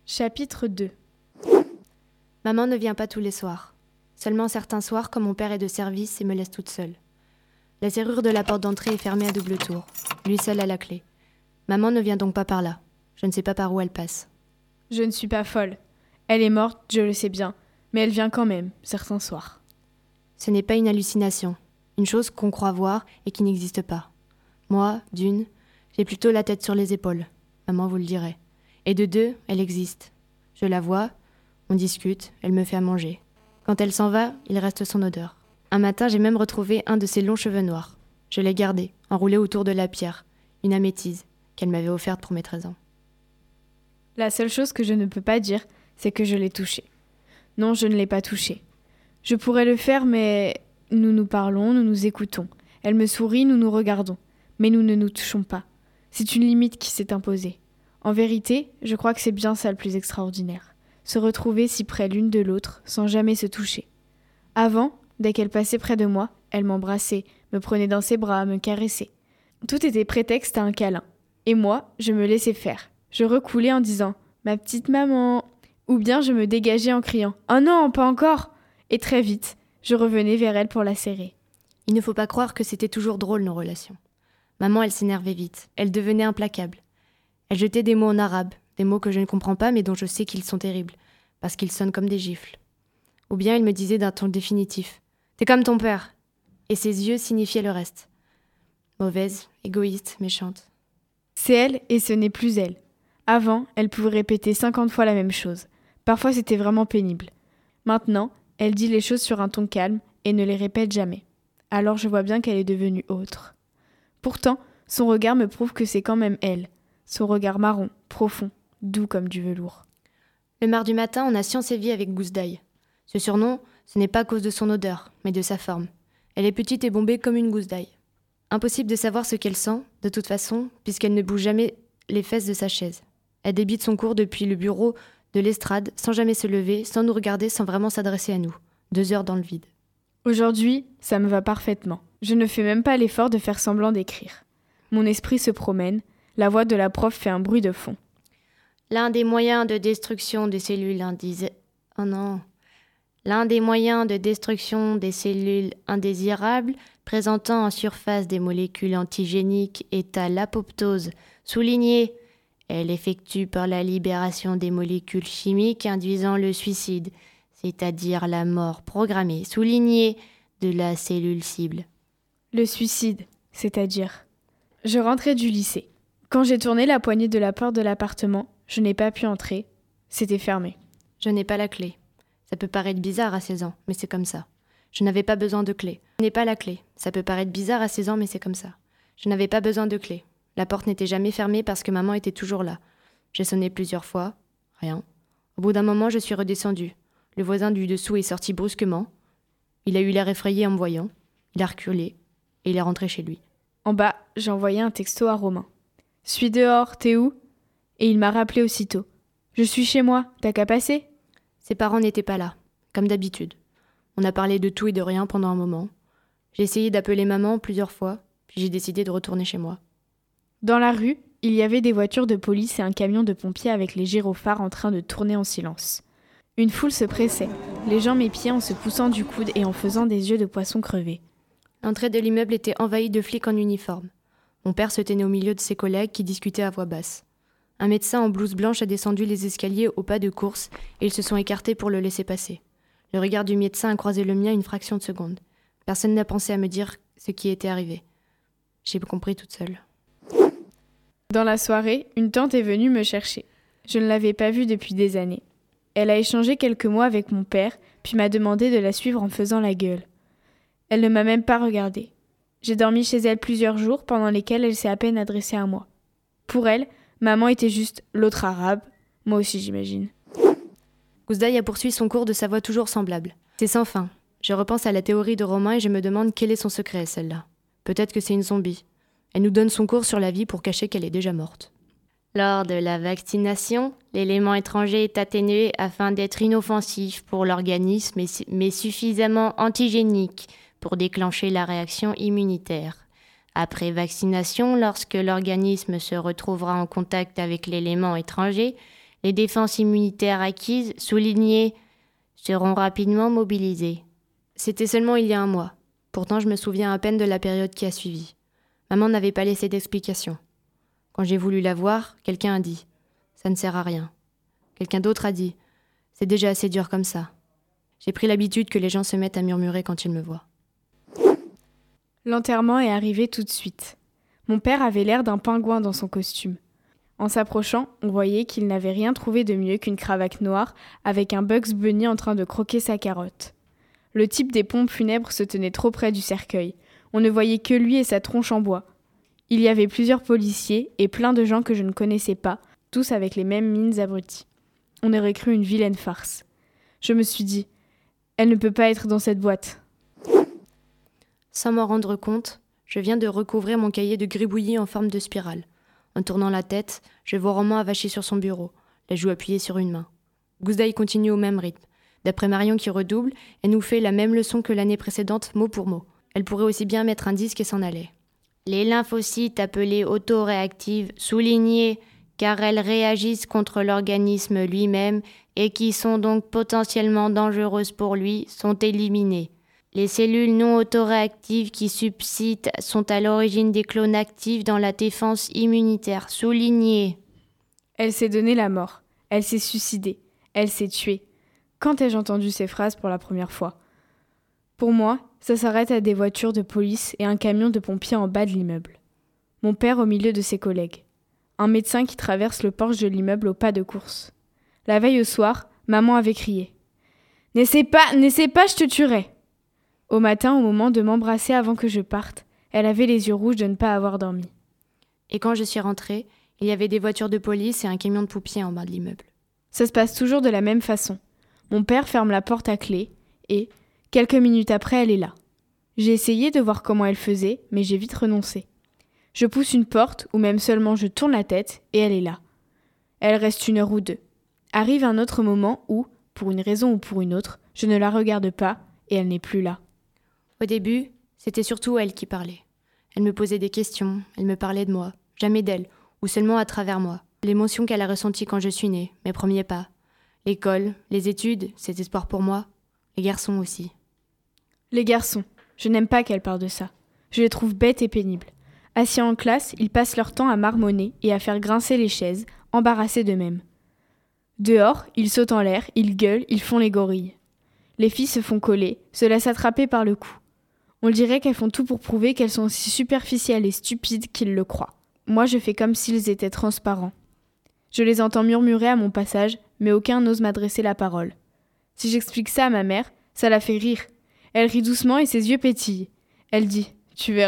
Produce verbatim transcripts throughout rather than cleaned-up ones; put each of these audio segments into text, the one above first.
Chapitre deux. Maman ne vient pas tous les soirs. Seulement certains soirs quand mon père est de service et me laisse toute seule. La serrure de la porte d'entrée est fermée à double tour. Lui seul a la clé. Maman ne vient donc pas par là. Je ne sais pas par où elle passe. Je ne suis pas folle. Elle est morte, je le sais bien. Mais elle vient quand même, certains soirs. Ce n'est pas une hallucination. Une chose qu'on croit voir et qui n'existe pas. Moi, d'une, j'ai plutôt la tête sur les épaules. Maman vous le dirait. Et de deux, elle existe. Je la vois, on discute, elle me fait à manger. Quand elle s'en va, il reste son odeur. Un matin, j'ai même retrouvé un de ses longs cheveux noirs. Je l'ai gardé, enroulé autour de la pierre, une améthyse qu'elle m'avait offerte pour mes treize ans. La seule chose que je ne peux pas dire, c'est que je l'ai touchée. Non, je ne l'ai pas touchée. Je pourrais le faire, mais nous nous parlons, nous nous écoutons. Elle me sourit, nous nous regardons. Mais nous ne nous touchons pas. C'est une limite qui s'est imposée. En vérité, je crois que c'est bien ça le plus extraordinaire. Se retrouver si près l'une de l'autre, sans jamais se toucher. Avant, dès qu'elle passait près de moi, elle m'embrassait, me prenait dans ses bras, me caressait. Tout était prétexte à un câlin. Et moi, je me laissais faire. Je recoulais en disant « Ma petite maman !» Ou bien je me dégageais en criant « Oh non, pas encore !» Et très vite, je revenais vers elle pour la serrer. Il ne faut pas croire que c'était toujours drôle nos relations. Maman, elle s'énervait vite. Elle devenait implacable. Elle jetait des mots en arabe, des mots que je ne comprends pas mais dont je sais qu'ils sont terribles, parce qu'ils sonnent comme des gifles. Ou bien elle me disait d'un ton définitif « T'es comme ton père !» Et ses yeux signifiaient le reste. Mauvaise, égoïste, méchante. C'est elle et ce n'est plus elle. Avant, elle pouvait répéter cinquante fois la même chose. Parfois c'était vraiment pénible. Maintenant, elle dit les choses sur un ton calme et ne les répète jamais. Alors je vois bien qu'elle est devenue autre. Pourtant, son regard me prouve que c'est quand même elle. Son regard marron, profond, doux comme du velours. Le mardi matin, on a science et vie avec Gousse d'ail. Ce surnom, ce n'est pas à cause de son odeur, mais de sa forme. Elle est petite et bombée comme une gousse d'ail. Impossible de savoir ce qu'elle sent, de toute façon, puisqu'elle ne bouge jamais les fesses de sa chaise. Elle débite son cours depuis le bureau de l'estrade, sans jamais se lever, sans nous regarder, sans vraiment s'adresser à nous. Deux heures dans le vide. Aujourd'hui, ça me va parfaitement. Je ne fais même pas l'effort de faire semblant d'écrire. Mon esprit se promène, la voix de la prof fait un bruit de fond. L'un des moyens de destruction des cellules indésirables... Oh non... L'un des moyens de destruction des cellules indésirables présentant en surface des molécules antigéniques est à l'apoptose. Souligné, elle effectue par la libération des molécules chimiques induisant le suicide, c'est-à-dire la mort programmée, souligné, de la cellule cible. Le suicide, c'est-à-dire... Je rentrais du lycée. Quand j'ai tourné la poignée de la porte de l'appartement, je n'ai pas pu entrer. C'était fermé. Je n'ai pas la clé. Ça peut paraître bizarre à seize ans, mais c'est comme ça. Je n'avais pas besoin de clé. Je n'ai pas la clé. Ça peut paraître bizarre à seize ans, mais c'est comme ça. Je n'avais pas besoin de clé. La porte n'était jamais fermée parce que maman était toujours là. J'ai sonné plusieurs fois. Rien. Au bout d'un moment, je suis redescendue. Le voisin du dessous est sorti brusquement. Il a eu l'air effrayé en me voyant. Il a reculé et il est rentré chez lui. En bas, j'ai envoyé un texto à Romain. « Suis dehors, t'es où ?» Et il m'a rappelé aussitôt. « Je suis chez moi, t'as qu'à passer ?» Ses parents n'étaient pas là, comme d'habitude. On a parlé de tout et de rien pendant un moment. J'ai essayé d'appeler maman plusieurs fois, puis j'ai décidé de retourner chez moi. Dans la rue, il y avait des voitures de police et un camion de pompiers avec les gyrophares en train de tourner en silence. Une foule se pressait, les gens m'épiaient en se poussant du coude et en faisant des yeux de poisson crevé. L'entrée de l'immeuble était envahie de flics en uniforme. Mon père se tenait au milieu de ses collègues qui discutaient à voix basse. Un médecin en blouse blanche a descendu les escaliers au pas de course et ils se sont écartés pour le laisser passer. Le regard du médecin a croisé le mien une fraction de seconde. Personne n'a pensé à me dire ce qui était arrivé. J'ai compris toute seule. Dans la soirée, une tante est venue me chercher. Je ne l'avais pas vue depuis des années. Elle a échangé quelques mots avec mon père, puis m'a demandé de la suivre en faisant la gueule. Elle ne m'a même pas regardée. J'ai dormi chez elle plusieurs jours pendant lesquels elle s'est à peine adressée à moi. Pour elle, maman était juste l'autre arabe, moi aussi j'imagine. Gousse d'ail a poursuivi son cours de sa voix toujours semblable. C'est sans fin. Je repense à la théorie de Romain et je me demande quel est son secret, celle-là. Peut-être que c'est une zombie. Elle nous donne son cours sur la vie pour cacher qu'elle est déjà morte. Lors de la vaccination, l'élément étranger est atténué afin d'être inoffensif pour l'organisme mais suffisamment antigénique pour déclencher la réaction immunitaire. Après vaccination, lorsque l'organisme se retrouvera en contact avec l'élément étranger, Les défenses immunitaires acquises, soulignées, seront rapidement mobilisées. » C'était seulement il y a un mois. Pourtant, je me souviens à peine de la période qui a suivi. Maman n'avait pas laissé d'explication. Quand j'ai voulu la voir, quelqu'un a dit « Ça ne sert à rien ». Quelqu'un d'autre a dit « C'est déjà assez dur comme ça ». J'ai pris l'habitude que les gens se mettent à murmurer quand ils me voient. L'enterrement est arrivé tout de suite. Mon père avait l'air d'un pingouin dans son costume. En s'approchant, on voyait qu'il n'avait rien trouvé de mieux qu'une cravate noire avec un Bugs Bunny en train de croquer sa carotte. Le type des pompes funèbres se tenait trop près du cercueil. On ne voyait que lui et sa tronche en bois. Il y avait plusieurs policiers et plein de gens que je ne connaissais pas, tous avec les mêmes mines abruties. On aurait cru une vilaine farce. Je me suis dit, elle ne peut pas être dans cette boîte. Sans m'en rendre compte, je viens de recouvrir mon cahier de gribouillis en forme de spirale. En tournant la tête, je vois Roman avaché sur son bureau, la joue appuyée sur une main. Guzdaï continue au même rythme. D'après Marion qui redouble, elle nous fait la même leçon que l'année précédente, mot pour mot. Elle pourrait aussi bien mettre un disque et s'en aller. Les lymphocytes appelés autoréactives, soulignés car elles réagissent contre l'organisme lui-même et qui sont donc potentiellement dangereuses pour lui, sont éliminées. Les cellules non autoréactives qui subsistent sont à l'origine des clones actifs dans la défense immunitaire, soulignés. Elle s'est donné la mort. Elle s'est suicidée. Elle s'est tuée. Quand ai-je entendu ces phrases pour la première fois ? Pour moi, ça s'arrête à des voitures de police et un camion de pompiers en bas de l'immeuble. Mon père au milieu de ses collègues. Un médecin qui traverse le porche de l'immeuble au pas de course. La veille au soir, maman avait crié « N'essaie pas, n'essaie pas, je te tuerai !» Au matin, au moment de m'embrasser avant que je parte, elle avait les yeux rouges de ne pas avoir dormi. Et quand je suis rentrée, il y avait des voitures de police et un camion de pompiers en bas de l'immeuble. Ça se passe toujours de la même façon. Mon père ferme la porte à clé et, quelques minutes après, elle est là. J'ai essayé de voir comment elle faisait, mais j'ai vite renoncé. Je pousse une porte, ou même seulement je tourne la tête, et elle est là. Elle reste une heure ou deux. Arrive un autre moment où, pour une raison ou pour une autre, je ne la regarde pas, et elle n'est plus là. Au début, c'était surtout elle qui parlait. Elle me posait des questions, elle me parlait de moi, jamais d'elle, ou seulement à travers moi. L'émotion qu'elle a ressentie quand je suis née, mes premiers pas. L'école, les études, cet espoir pour moi. Les garçons aussi. Les garçons, je n'aime pas qu'elle parle de ça. Je les trouve bêtes et pénibles. Assis en classe, ils passent leur temps à marmonner et à faire grincer les chaises, embarrassés d'eux-mêmes. Dehors, ils sautent en l'air, ils gueulent, ils font les gorilles. Les filles se font coller, se laissent attraper par le cou. On dirait qu'elles font tout pour prouver qu'elles sont aussi superficielles et stupides qu'ils le croient. Moi, je fais comme s'ils étaient transparents. Je les entends murmurer à mon passage, mais aucun n'ose m'adresser la parole. Si j'explique ça à ma mère, ça la fait rire. Elle rit doucement et ses yeux pétillent. Elle dit « Tu verras ».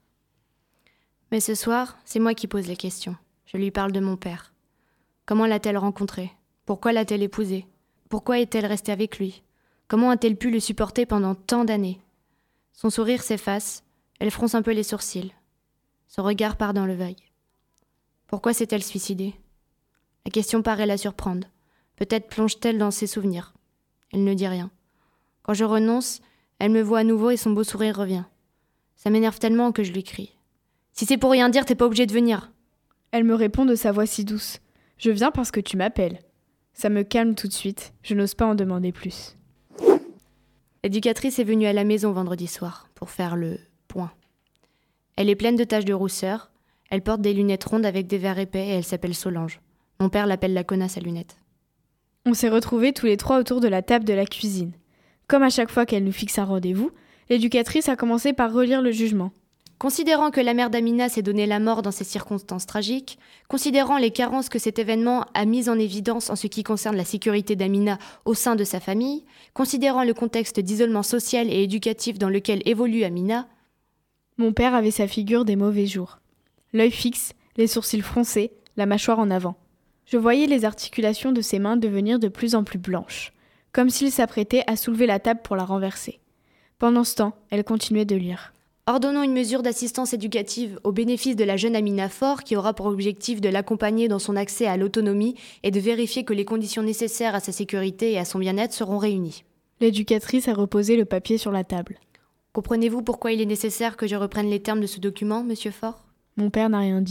Mais ce soir, c'est moi qui pose les questions. Je lui parle de mon père. Comment l'a-t-elle rencontré ? Pourquoi l'a-t-elle épousé ? Pourquoi est-elle restée avec lui ? Comment a-t-elle pu le supporter pendant tant d'années ? Son sourire s'efface, elle fronce un peu les sourcils. Son regard part dans le vague. Pourquoi s'est-elle suicidée ? La question paraît la surprendre. Peut-être plonge-t-elle dans ses souvenirs. Elle ne dit rien. Quand je renonce, elle me voit à nouveau et son beau sourire revient. Ça m'énerve tellement que je lui crie. « Si c'est pour rien dire, t'es pas obligé de venir !» Elle me répond de sa voix si douce. « Je viens parce que tu m'appelles. » Ça me calme tout de suite. Je n'ose pas en demander plus. L'éducatrice est venue à la maison vendredi soir pour faire le point. Elle est pleine de taches de rousseur. Elle porte des lunettes rondes avec des verres épais et elle s'appelle Solange. Mon père l'appelle la connasse à lunettes. On s'est retrouvés tous les trois autour de la table de la cuisine. Comme à chaque fois qu'elle nous fixe un rendez-vous, l'éducatrice a commencé par relire le jugement. Considérant que la mère d'Amina s'est donné la mort dans ces circonstances tragiques, considérant les carences que cet événement a mises en évidence en ce qui concerne la sécurité d'Amina au sein de sa famille, considérant le contexte d'isolement social et éducatif dans lequel évolue Amina, mon père avait sa figure des mauvais jours. L'œil fixe, les sourcils froncés, la mâchoire en avant. Je voyais les articulations de ses mains devenir de plus en plus blanches, comme s'il s'apprêtait à soulever la table pour la renverser. Pendant ce temps, elle continuait de lire. Ordonnons une mesure d'assistance éducative au bénéfice de la jeune Amina Faure qui aura pour objectif de l'accompagner dans son accès à l'autonomie et de vérifier que les conditions nécessaires à sa sécurité et à son bien-être seront réunies. L'éducatrice a reposé le papier sur la table. Comprenez-vous pourquoi il est nécessaire que je reprenne les termes de ce document, monsieur Faure ? Mon père n'a rien dit.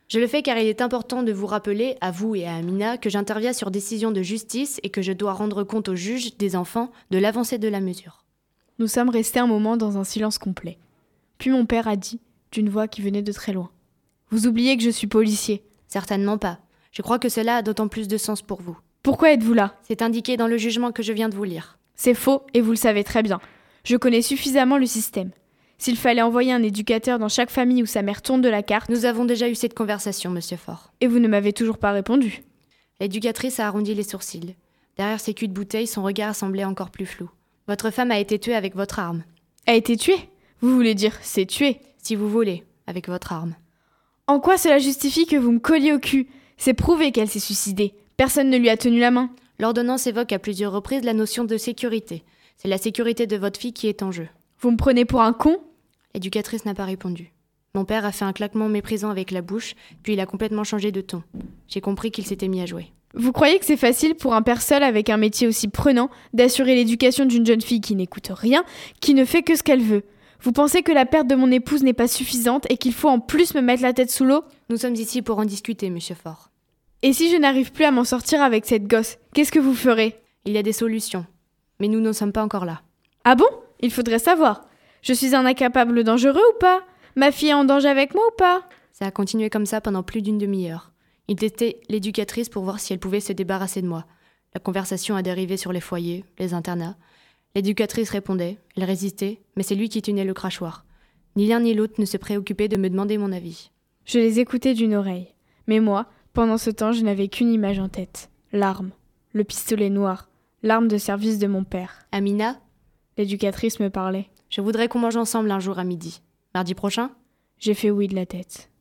Je le fais car il est important de vous rappeler, à vous et à Amina, que j'interviens sur décision de justice et que je dois rendre compte au juge des enfants de l'avancée de la mesure. Nous sommes restés un moment dans un silence complet. Puis mon père a dit, d'une voix qui venait de très loin. « Vous oubliez que je suis policier. » Certainement pas. Je crois que cela a d'autant plus de sens pour vous. Pourquoi êtes-vous là ? C'est indiqué dans le jugement que je viens de vous lire. C'est faux, et vous le savez très bien. Je connais suffisamment le système. S'il fallait envoyer un éducateur dans chaque famille où sa mère tourne de la carte... Nous avons déjà eu cette conversation, monsieur Faure. Et vous ne m'avez toujours pas répondu. L'éducatrice a arrondi les sourcils. Derrière ses culs de bouteille, son regard semblait encore plus flou. Votre femme a été tuée avec votre arme. A été tuée ? Vous voulez dire c'est tué ? Si vous voulez, avec votre arme. En quoi cela justifie que vous me colliez au cul ? C'est prouvé qu'elle s'est suicidée. Personne ne lui a tenu la main. L'ordonnance évoque à plusieurs reprises la notion de sécurité. C'est la sécurité de votre fille qui est en jeu. Vous me prenez pour un con ? L'éducatrice n'a pas répondu. Mon père a fait un claquement méprisant avec la bouche, puis il a complètement changé de ton. J'ai compris qu'il s'était mis à jouer. Vous croyez que c'est facile pour un père seul avec un métier aussi prenant d'assurer l'éducation d'une jeune fille qui n'écoute rien, qui ne fait que ce qu'elle veut ? Vous pensez que la perte de mon épouse n'est pas suffisante et qu'il faut en plus me mettre la tête sous l'eau ? Nous sommes ici pour en discuter, monsieur Faure. Et si je n'arrive plus à m'en sortir avec cette gosse, qu'est-ce que vous ferez ? Il y a des solutions, mais nous n'en sommes pas encore là. Ah bon ? Il faudrait savoir. Je suis un incapable dangereux ou pas ? Ma fille est en danger avec moi ou pas ? Ça a continué comme ça pendant plus d'une demi-heure. Il testait l'éducatrice pour voir si elle pouvait se débarrasser de moi. La conversation a dérivé sur les foyers, les internats. L'éducatrice répondait, elle résistait, mais c'est lui qui tenait le crachoir. Ni l'un ni l'autre ne se préoccupait de me demander mon avis. Je les écoutais d'une oreille. Mais moi, pendant ce temps, je n'avais qu'une image en tête. L'arme. Le pistolet noir. L'arme de service de mon père. Amina ? L'éducatrice me parlait. Je voudrais qu'on mange ensemble un jour à midi. Mardi prochain ? J'ai fait oui de la tête.